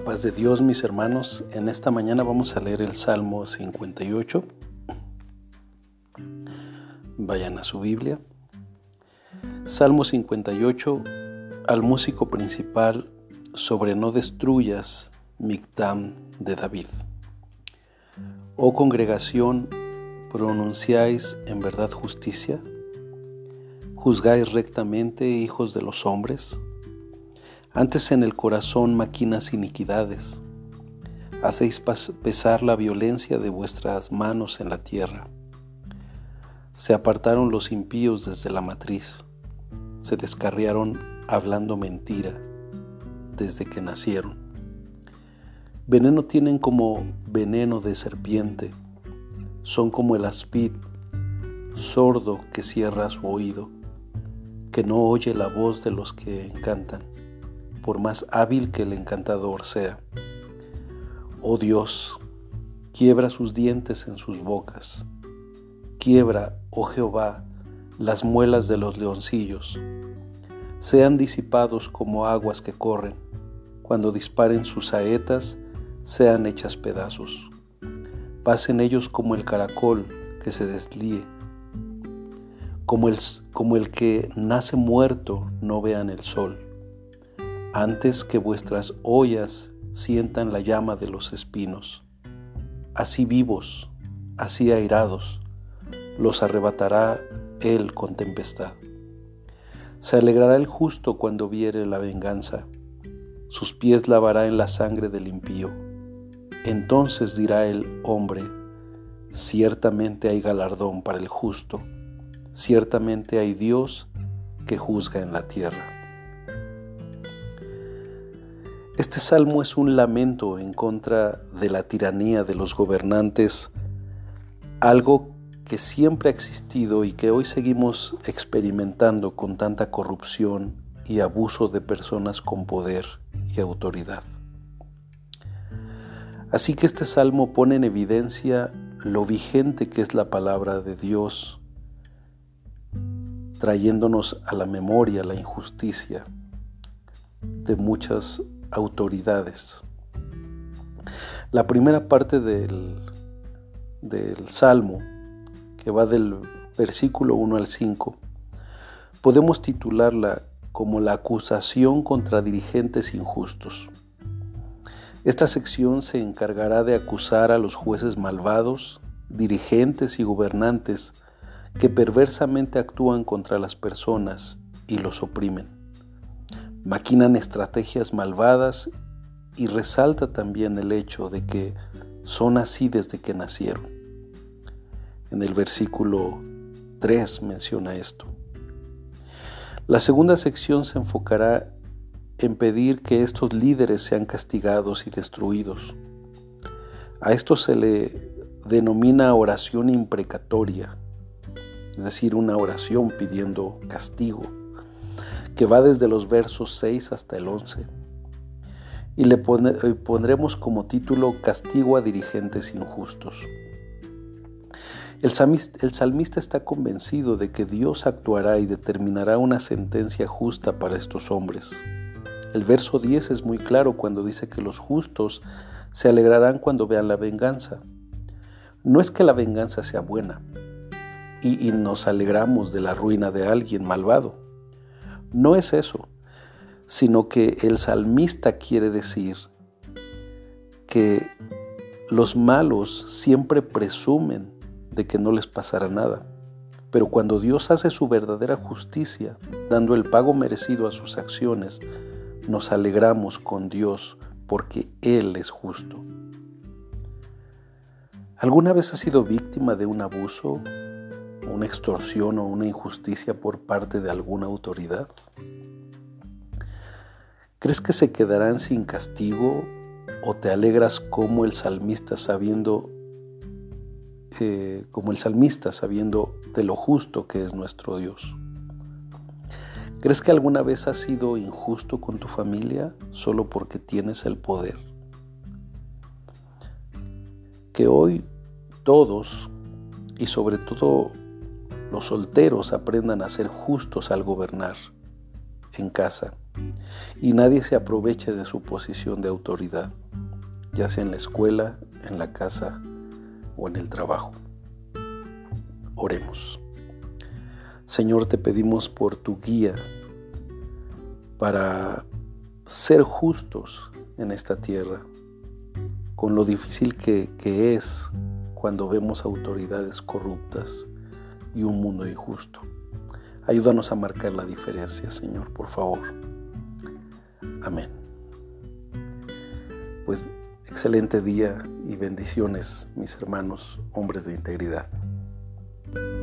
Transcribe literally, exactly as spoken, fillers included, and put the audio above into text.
La paz de Dios, mis hermanos. En esta mañana vamos a leer el Salmo cincuenta y ocho. Vayan a su Biblia. Salmo cincuenta y ocho, al músico principal, sobre no destruyas, Mictam de David. Oh congregación, ¿pronunciáis en verdad justicia? ¿Juzgáis rectamente, hijos de los hombres? Antes en el corazón maquinas iniquidades, hacéis pesar la violencia de vuestras manos en la tierra. Se apartaron los impíos desde la matriz, se descarriaron hablando mentira desde que nacieron. Veneno tienen como veneno de serpiente, son como el aspid, sordo que cierra su oído, que no oye la voz de los que encantan, por más hábil que el encantador sea. Oh Dios, quiebra sus dientes en sus bocas. Quiebra, oh Jehová, las muelas de los leoncillos. Sean disipados como aguas que corren. Cuando disparen sus saetas, sean hechas pedazos. Pasen ellos como el caracol que se deslíe. Como el, como el que nace muerto, no vean el sol. Antes que vuestras ollas sientan la llama de los espinos. Así vivos, así airados, los arrebatará él con tempestad. Se alegrará el justo cuando viere la venganza, sus pies lavará en la sangre del impío. Entonces dirá el hombre, ciertamente hay galardón para el justo, ciertamente hay Dios que juzga en la tierra. Este salmo es un lamento en contra de la tiranía de los gobernantes, algo que siempre ha existido y que hoy seguimos experimentando con tanta corrupción y abuso de personas con poder y autoridad. Así que este salmo pone en evidencia lo vigente que es la palabra de Dios, trayéndonos a la memoria la injusticia de muchas autoridades. La primera parte del, del Salmo, que va del versículo uno al cinco, podemos titularla como la acusación contra dirigentes injustos. Esta sección se encargará de acusar a los jueces malvados, dirigentes y gobernantes que perversamente actúan contra las personas y los oprimen. Maquinan estrategias malvadas y resalta también el hecho de que son así desde que nacieron. En el versículo tres menciona esto. La segunda sección se enfocará en pedir que estos líderes sean castigados y destruidos. A esto se le denomina oración imprecatoria, es decir, una oración pidiendo castigo, que va desde los versos seis hasta el once, y le pondremos como título Castigo a dirigentes injustos. El salmista, el salmista está convencido de que Dios actuará y determinará una sentencia justa para estos hombres. El verso diez es muy claro cuando dice que los justos se alegrarán cuando vean la venganza. No es que la venganza sea buena y, y nos alegramos de la ruina de alguien malvado. No es eso, sino que el salmista quiere decir que los malos siempre presumen de que no les pasará nada, pero cuando Dios hace su verdadera justicia, dando el pago merecido a sus acciones, nos alegramos con Dios porque Él es justo. ¿Alguna vez has sido víctima de un abuso, una extorsión o una injusticia por parte de alguna autoridad? ¿Crees que se quedarán sin castigo o te alegras como el salmista sabiendo, eh, como el salmista sabiendo de lo justo que es nuestro Dios? ¿Crees que alguna vez has sido injusto con tu familia solo porque tienes el poder? Que hoy todos, y sobre todo los solteros, aprendan a ser justos al gobernar en casa y nadie se aproveche de su posición de autoridad, ya sea en la escuela, en la casa o en el trabajo. Oremos. Señor, te pedimos por tu guía para ser justos en esta tierra, con lo difícil que, que es cuando vemos autoridades corruptas y un mundo injusto. Ayúdanos a marcar la diferencia, Señor, por favor. Amén. Pues excelente día y bendiciones, mis hermanos, hombres de integridad.